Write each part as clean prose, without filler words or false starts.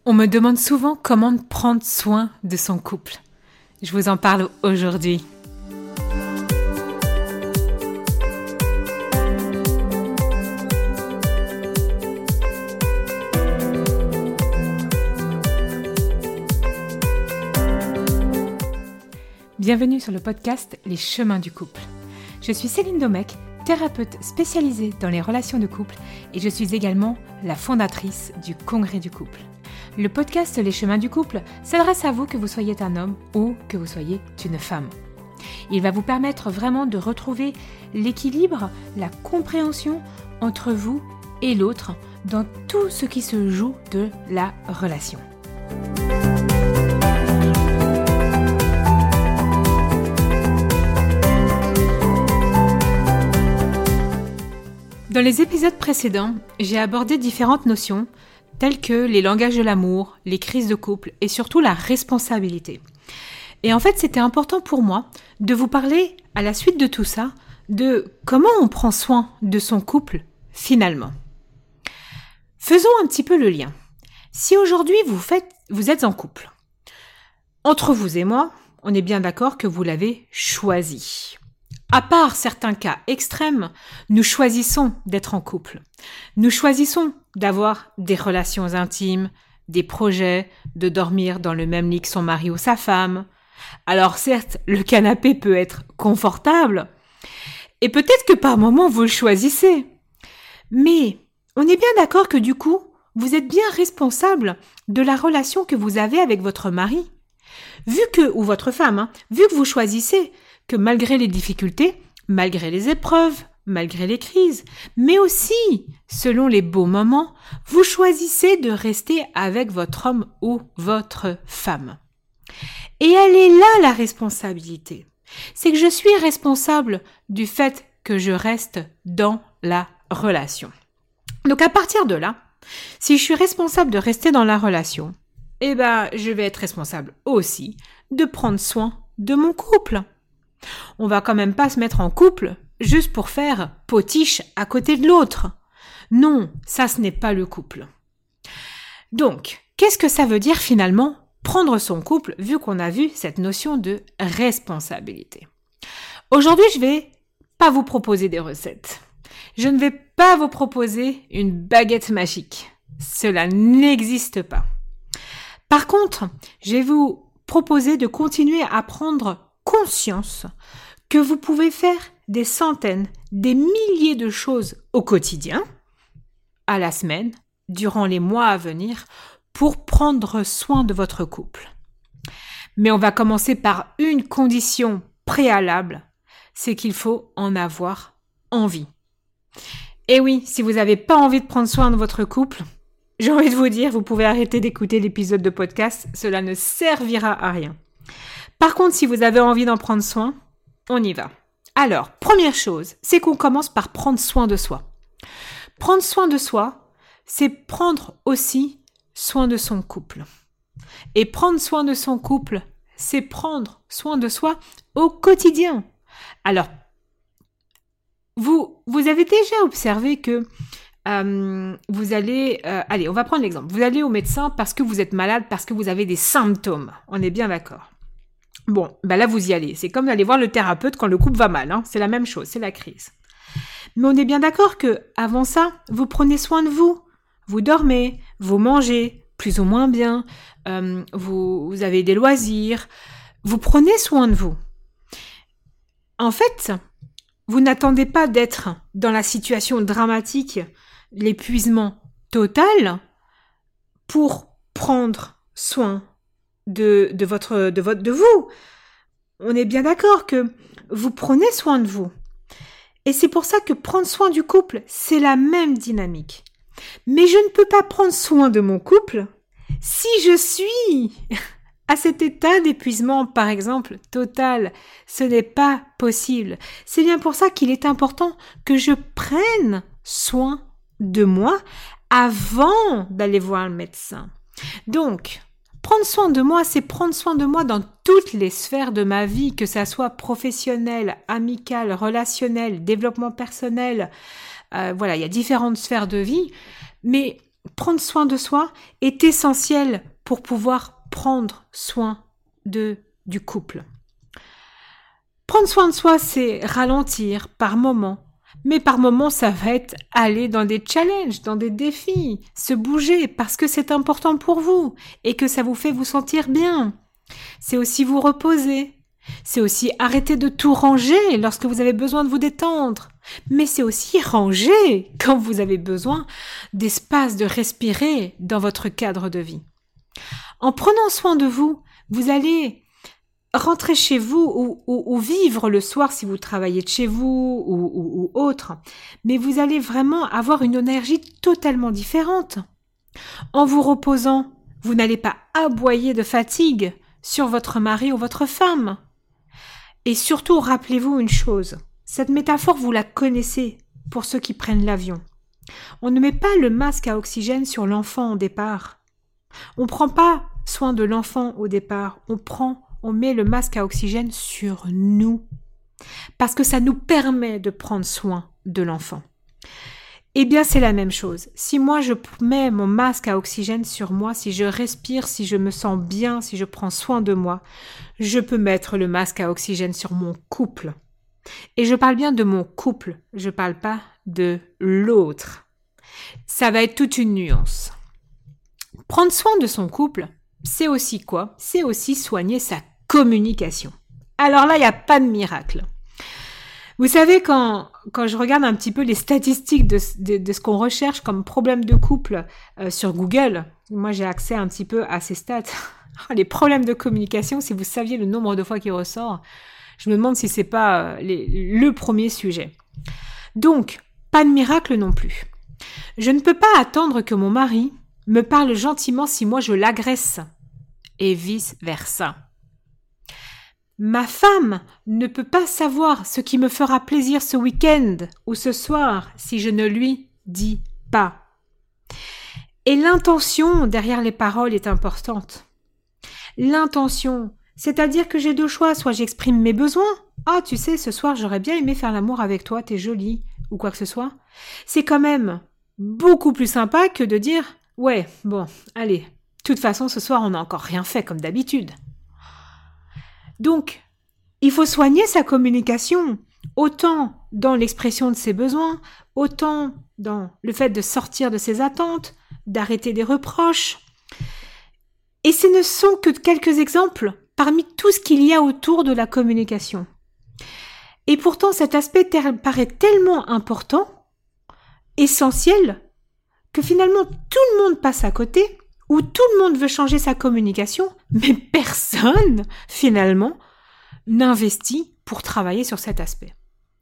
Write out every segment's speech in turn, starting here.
On me demande souvent comment prendre soin de son couple. Je vous en parle aujourd'hui. Bienvenue sur le podcast Les chemins du couple. Je suis Céline Domecq, thérapeute spécialisée dans les relations de couple et je suis également la fondatrice du Congrès du couple. Le podcast Les chemins du couple s'adresse à vous que vous soyez un homme ou que vous soyez une femme. Il va vous permettre vraiment de retrouver l'équilibre, la compréhension entre vous et l'autre dans tout ce qui se joue de la relation. Dans les épisodes précédents, j'ai abordé différentes notions telles que les langages de l'amour, les crises de couple et surtout la responsabilité. Et en fait, c'était important pour moi de vous parler, à la suite de tout ça, de comment on prend soin de son couple finalement. Faisons un petit peu le lien. Si aujourd'hui vous êtes en couple, entre vous et moi, on est bien d'accord que vous l'avez choisi. À part certains cas extrêmes, nous choisissons d'être en couple. Nous choisissons d'avoir des relations intimes, des projets, de dormir dans le même lit que son mari ou sa femme. Alors certes, le canapé peut être confortable, et peut-être que par moments vous le choisissez. Mais on est bien d'accord que du coup, vous êtes bien responsable de la relation que vous avez avec votre mari. Ou votre femme, vu que vous choisissez que malgré les difficultés, malgré les épreuves, malgré les crises, mais aussi selon les beaux moments, vous choisissez de rester avec votre homme ou votre femme. Et elle est là la responsabilité. C'est que je suis responsable du fait que je reste dans la relation. Donc à partir de là, si je suis responsable de rester dans la relation, je vais être responsable aussi de prendre soin de mon couple. On va quand même pas se mettre en couple juste pour faire potiche à côté de l'autre. Non, ça ce n'est pas le couple. Donc, qu'est-ce que ça veut dire finalement prendre son couple vu qu'on a vu cette notion de responsabilité? Aujourd'hui, je vais pas vous proposer des recettes. Je ne vais pas vous proposer une baguette magique. Cela n'existe pas. Par contre, je vais vous proposer de continuer à prendre conscience que vous pouvez faire des centaines, des milliers de choses au quotidien, à la semaine, durant les mois à venir, pour prendre soin de votre couple. Mais on va commencer par une condition préalable, c'est qu'il faut en avoir envie. Et oui, si vous n'avez pas envie de prendre soin de votre couple, j'ai envie de vous dire, vous pouvez arrêter d'écouter l'épisode de podcast, cela ne servira à rien. Par contre, si vous avez envie d'en prendre soin, on y va. Alors, première chose, c'est qu'on commence par prendre soin de soi. Prendre soin de soi, c'est prendre aussi soin de son couple. Et prendre soin de son couple, c'est prendre soin de soi au quotidien. Alors, vous avez déjà observé que vous allez... allez, on va prendre l'exemple. Vous allez au médecin parce que vous êtes malade, parce que vous avez des symptômes. On est bien d'accord. Bon, là vous y allez. C'est comme d'aller voir le thérapeute quand le couple va mal. C'est la même chose, c'est la crise. Mais on est bien d'accord que avant ça, vous prenez soin de vous. Vous dormez, vous mangez plus ou moins bien, vous avez des loisirs. Vous prenez soin de vous. En fait, vous n'attendez pas d'être dans la situation dramatique, l'épuisement total, pour prendre soin de vous. On est bien d'accord que vous prenez soin de vous. Et c'est pour ça que prendre soin du couple, c'est la même dynamique. Mais je ne peux pas prendre soin de mon couple si je suis à cet état d'épuisement, par exemple, total. Ce n'est pas possible. C'est bien pour ça qu'il est important que je prenne soin de moi avant d'aller voir le médecin. Donc, prendre soin de moi, c'est prendre soin de moi dans toutes les sphères de ma vie, que ça soit professionnel, amical, relationnel, développement personnel. Il y a différentes sphères de vie. Mais prendre soin de soi est essentiel pour pouvoir prendre soin du couple. Prendre soin de soi, c'est ralentir par moments. Mais par moments, ça va être aller dans des challenges, dans des défis, se bouger parce que c'est important pour vous et que ça vous fait vous sentir bien. C'est aussi vous reposer. C'est aussi arrêter de tout ranger lorsque vous avez besoin de vous détendre. Mais c'est aussi ranger quand vous avez besoin d'espace de respirer dans votre cadre de vie. En prenant soin de vous, vous allez rentrer chez vous ou vivre le soir si vous travaillez de chez vous ou autre. Mais vous allez vraiment avoir une énergie totalement différente. En vous reposant, vous n'allez pas aboyer de fatigue sur votre mari ou votre femme. Et surtout, rappelez-vous une chose. Cette métaphore, vous la connaissez pour ceux qui prennent l'avion. On ne met pas le masque à oxygène sur l'enfant au départ. On ne prend pas soin de l'enfant au départ. On met le masque à oxygène sur nous. Parce que ça nous permet de prendre soin de l'enfant. Eh bien, c'est la même chose. Si moi, je mets mon masque à oxygène sur moi, si je respire, si je me sens bien, si je prends soin de moi, je peux mettre le masque à oxygène sur mon couple. Et je parle bien de mon couple, je ne parle pas de l'autre. Ça va être toute une nuance. Prendre soin de son couple, c'est aussi quoi? C'est aussi soigner sa communication. Alors là, il n'y a pas de miracle. Vous savez, quand je regarde un petit peu les statistiques de ce qu'on recherche comme problème de couple sur Google, moi j'ai accès un petit peu à ces stats. Les problèmes de communication, si vous saviez le nombre de fois qu'il ressort, je me demande si c'est pas le premier sujet. Donc, pas de miracle non plus. Je ne peux pas attendre que mon mari me parle gentiment si moi je l'agresse, et vice-versa. Ma femme ne peut pas savoir ce qui me fera plaisir ce week-end ou ce soir si je ne lui dis pas. Et l'intention derrière les paroles est importante. L'intention, c'est-à-dire que j'ai deux choix, soit j'exprime mes besoins. Ah, tu sais, ce soir j'aurais bien aimé faire l'amour avec toi, t'es jolie, ou quoi que ce soit. C'est quand même beaucoup plus sympa que de dire « Ouais, bon, allez, de toute façon ce soir on n'a encore rien fait comme d'habitude ». Donc, il faut soigner sa communication, autant dans l'expression de ses besoins, autant dans le fait de sortir de ses attentes, d'arrêter des reproches. Et ce ne sont que quelques exemples parmi tout ce qu'il y a autour de la communication. Et pourtant, cet aspect paraît tellement important, essentiel, que finalement tout le monde passe à côté, ou tout le monde veut changer sa communication, mais personne, finalement, n'investit pour travailler sur cet aspect.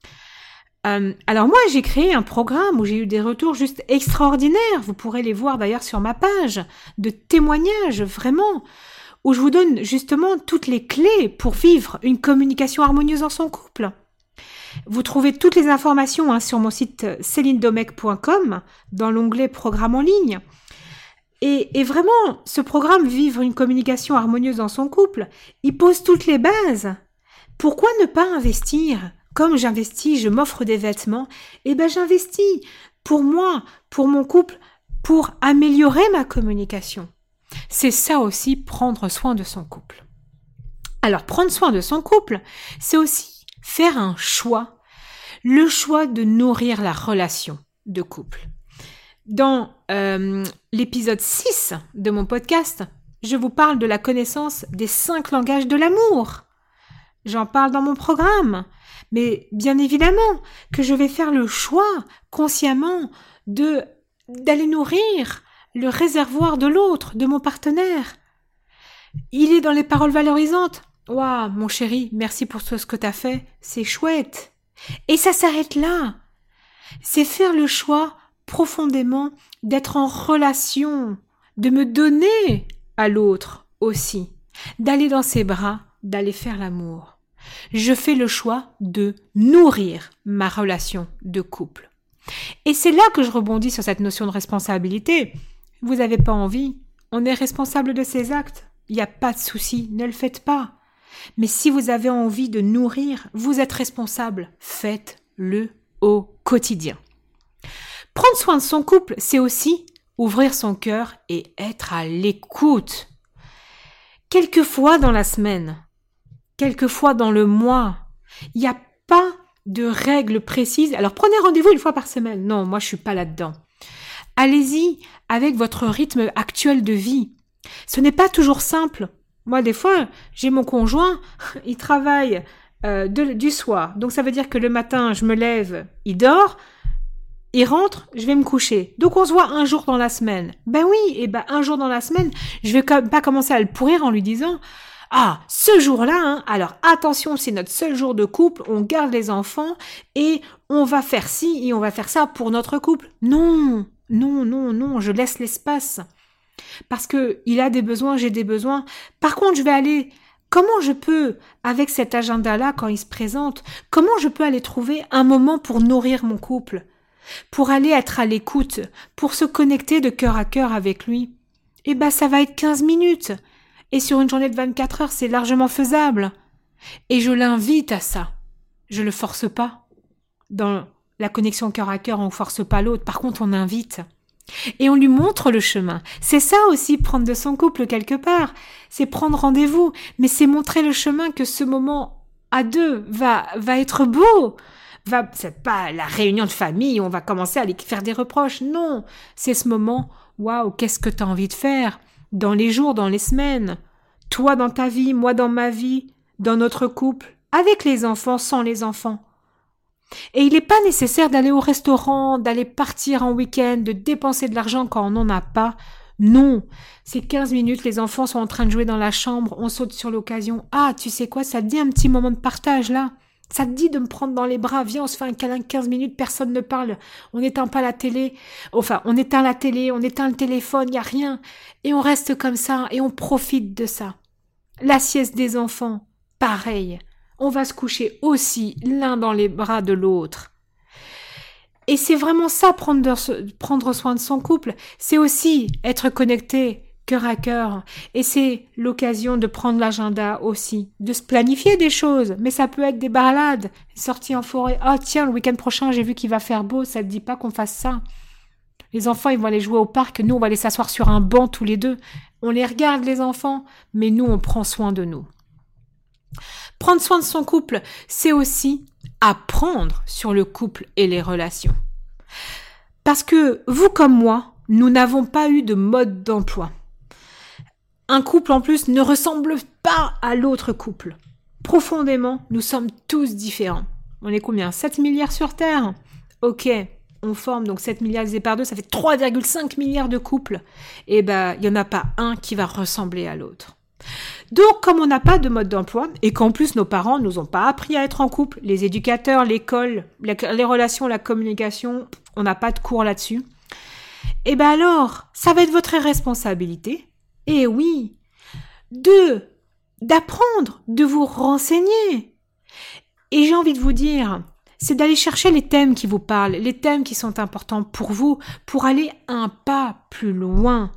Alors moi, j'ai créé un programme où j'ai eu des retours juste extraordinaires, vous pourrez les voir d'ailleurs sur ma page, de témoignages vraiment, où je vous donne justement toutes les clés pour vivre une communication harmonieuse dans son couple. Vous trouvez toutes les informations sur mon site celinedomecq.com dans l'onglet Programme en ligne. Et vraiment, ce programme Vivre une communication harmonieuse dans son couple, il pose toutes les bases. Pourquoi ne pas investir? Comme j'investis, je m'offre des vêtements, et ben j'investis pour moi, pour mon couple, pour améliorer ma communication. C'est ça aussi, prendre soin de son couple. Alors, prendre soin de son couple, c'est aussi faire un choix, le choix de nourrir la relation de couple. Dans l'épisode 6 de mon podcast, je vous parle de la connaissance des 5 langages de l'amour. J'en parle dans mon programme. Mais bien évidemment que je vais faire le choix consciemment d'aller nourrir le réservoir de l'autre, de mon partenaire. Il est dans les paroles valorisantes. « Waouh, mon chéri, merci pour tout ce que t'as fait, c'est chouette. » Et ça s'arrête là. C'est faire le choix profondément d'être en relation, de me donner à l'autre aussi, d'aller dans ses bras, d'aller faire l'amour. Je fais le choix de nourrir ma relation de couple. Et c'est là que je rebondis sur cette notion de responsabilité. Vous n'avez pas envie, on est responsable de ses actes. Il n'y a pas de souci, ne le faites pas. Mais si vous avez envie de nourrir, vous êtes responsable, faites-le au quotidien. Prendre soin de son couple, c'est aussi ouvrir son cœur et être à l'écoute. Quelques fois dans la semaine, quelques fois dans le mois, il n'y a pas de règles précises. Alors prenez rendez-vous une fois par semaine. Non, moi je suis pas là-dedans. Allez-y avec votre rythme actuel de vie. Ce n'est pas toujours simple. Moi, des fois, j'ai mon conjoint, il travaille du soir. Donc ça veut dire que le matin, je me lève, il dort, il rentre, je vais me coucher. Donc on se voit un jour dans la semaine. Ben oui, et ben un jour dans la semaine, je vais pas commencer à le pourrir en lui disant « Ah, ce jour-là, alors attention, c'est notre seul jour de couple, on garde les enfants et on va faire ci et on va faire ça pour notre couple. » Non, je laisse l'espace. Parce que il a des besoins, j'ai des besoins. Par contre, je vais aller... Comment je peux, avec cet agenda-là, quand il se présente, comment je peux aller trouver un moment pour nourrir mon couple, pour aller être à l'écoute, pour se connecter de cœur à cœur avec lui? Eh ben, ça va être 15 minutes. Et sur une journée de 24 heures, c'est largement faisable. Et je l'invite à ça. Je le force pas. Dans la connexion cœur à cœur, on force pas l'autre. Par contre, on invite. Et on lui montre le chemin. C'est ça aussi, prendre de son couple quelque part. C'est prendre rendez-vous. Mais c'est montrer le chemin que ce moment à deux va être beau. C'est pas la réunion de famille où on va commencer à aller faire des reproches. Non. C'est ce moment, waouh, qu'est-ce que tu as envie de faire? Dans les jours, dans les semaines. Toi dans ta vie, moi dans ma vie, dans notre couple, avec les enfants, sans les enfants. Et il n'est pas nécessaire d'aller au restaurant, d'aller partir en week-end, de dépenser de l'argent quand on n'en a pas. Non, c'est 15 minutes, les enfants sont en train de jouer dans la chambre, on saute sur l'occasion. Ah, tu sais quoi, ça te dit un petit moment de partage là? Ça te dit de me prendre dans les bras, viens, on se fait un câlin 15 minutes, personne ne parle, on n'éteint pas la télé. Enfin, on éteint la télé, on éteint le téléphone, il n'y a rien. Et on reste comme ça et on profite de ça. La sieste des enfants, pareil. On va se coucher aussi l'un dans les bras de l'autre. Et c'est vraiment ça, prendre soin de son couple. C'est aussi être connecté cœur à cœur. Et c'est l'occasion de prendre l'agenda aussi, de se planifier des choses. Mais ça peut être des balades, sorties en forêt. Ah tiens, le week-end prochain, j'ai vu qu'il va faire beau, ça ne te dit pas qu'on fasse ça. Les enfants, ils vont aller jouer au parc, nous, on va aller s'asseoir sur un banc tous les deux. On les regarde, les enfants, mais nous, on prend soin de nous. Prendre soin de son couple, c'est aussi apprendre sur le couple et les relations. Parce que vous comme moi, nous n'avons pas eu de mode d'emploi. Un couple en plus ne ressemble pas à l'autre couple. Profondément, nous sommes tous différents. On est combien? 7 milliards sur Terre? Ok, on forme donc 7 milliards divisé par 2, ça fait 3,5 milliards de couples. Et ben, il n'y en a pas un qui va ressembler à l'autre. Donc, comme on n'a pas de mode d'emploi, et qu'en plus nos parents nous ont pas appris à être en couple, les éducateurs, l'école, les relations, la communication, on n'a pas de cours là-dessus, et ben alors, ça va être votre responsabilité, et oui, d'apprendre, de vous renseigner. Et j'ai envie de vous dire, c'est d'aller chercher les thèmes qui vous parlent, les thèmes qui sont importants pour vous, pour aller un pas plus loin.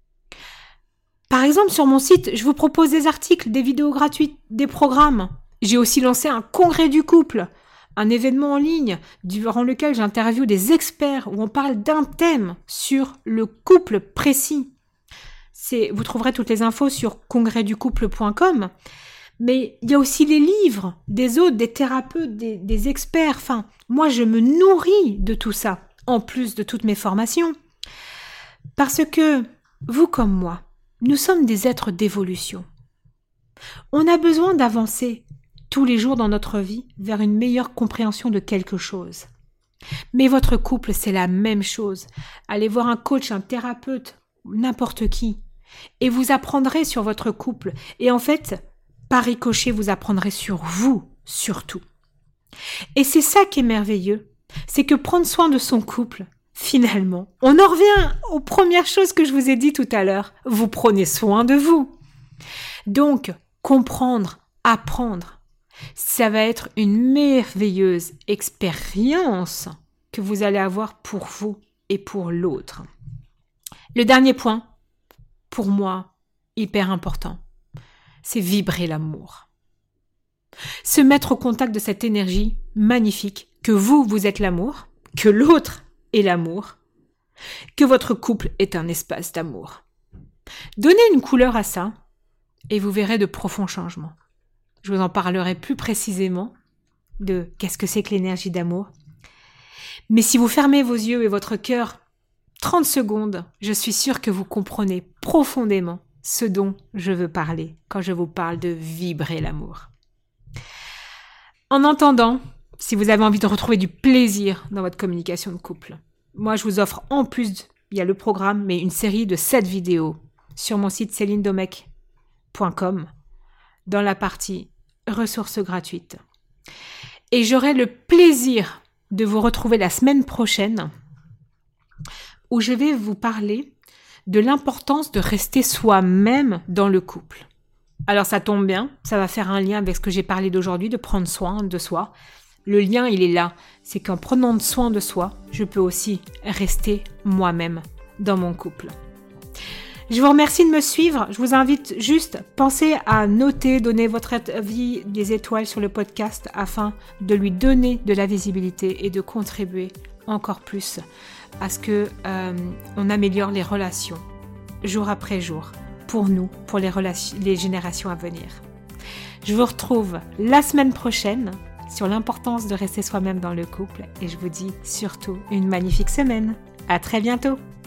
Par exemple, sur mon site, je vous propose des articles, des vidéos gratuites, des programmes. J'ai aussi lancé un congrès du couple, un événement en ligne durant lequel j'interviewe des experts où on parle d'un thème sur le couple précis. Vous trouverez toutes les infos sur congrèsducouple.com. Mais il y a aussi les livres des autres, des thérapeutes, des experts. Enfin, moi, je me nourris de tout ça, en plus de toutes mes formations. Parce que, vous comme moi, nous sommes des êtres d'évolution. On a besoin d'avancer tous les jours dans notre vie vers une meilleure compréhension de quelque chose. Mais votre couple, c'est la même chose. Allez voir un coach, un thérapeute, n'importe qui, et vous apprendrez sur votre couple. Et en fait, par ricochet, vous apprendrez sur vous, surtout. Et c'est ça qui est merveilleux, c'est que prendre soin de son couple, finalement, on en revient aux premières choses que je vous ai dit tout à l'heure. Vous prenez soin de vous. Donc, comprendre, apprendre, ça va être une merveilleuse expérience que vous allez avoir pour vous et pour l'autre. Le dernier point, pour moi, hyper important, c'est vibrer l'amour. Se mettre au contact de cette énergie magnifique que vous êtes l'amour, que l'autre est l'amour. que votre couple est un espace d'amour. Donnez une couleur à ça et vous verrez de profonds changements. Je vous en parlerai plus précisément de qu'est-ce que c'est que l'énergie d'amour. Mais si vous fermez vos yeux et votre cœur 30 secondes, je suis sûre que vous comprenez profondément ce dont je veux parler quand je vous parle de vibrer l'amour. En attendant, si vous avez envie de retrouver du plaisir dans votre communication de couple, moi je vous offre en plus, il y a le programme, mais une série de 7 vidéos sur mon site celinedomecq.com dans la partie ressources gratuites. Et j'aurai le plaisir de vous retrouver la semaine prochaine où je vais vous parler de l'importance de rester soi-même dans le couple. Alors ça tombe bien, ça va faire un lien avec ce que j'ai parlé d'aujourd'hui, de prendre soin de soi. Le lien, il est là. C'est qu'en prenant soin de soi, je peux aussi rester moi-même dans mon couple. Je vous remercie de me suivre. Je vous invite juste, pensez à noter, donner votre avis, des étoiles sur le podcast afin de lui donner de la visibilité et de contribuer encore plus à ce que on améliore les relations jour après jour pour nous, pour les générations à venir. Je vous retrouve la semaine prochaine sur l'importance de rester soi-même dans le couple et je vous dis surtout une magnifique semaine. À très bientôt!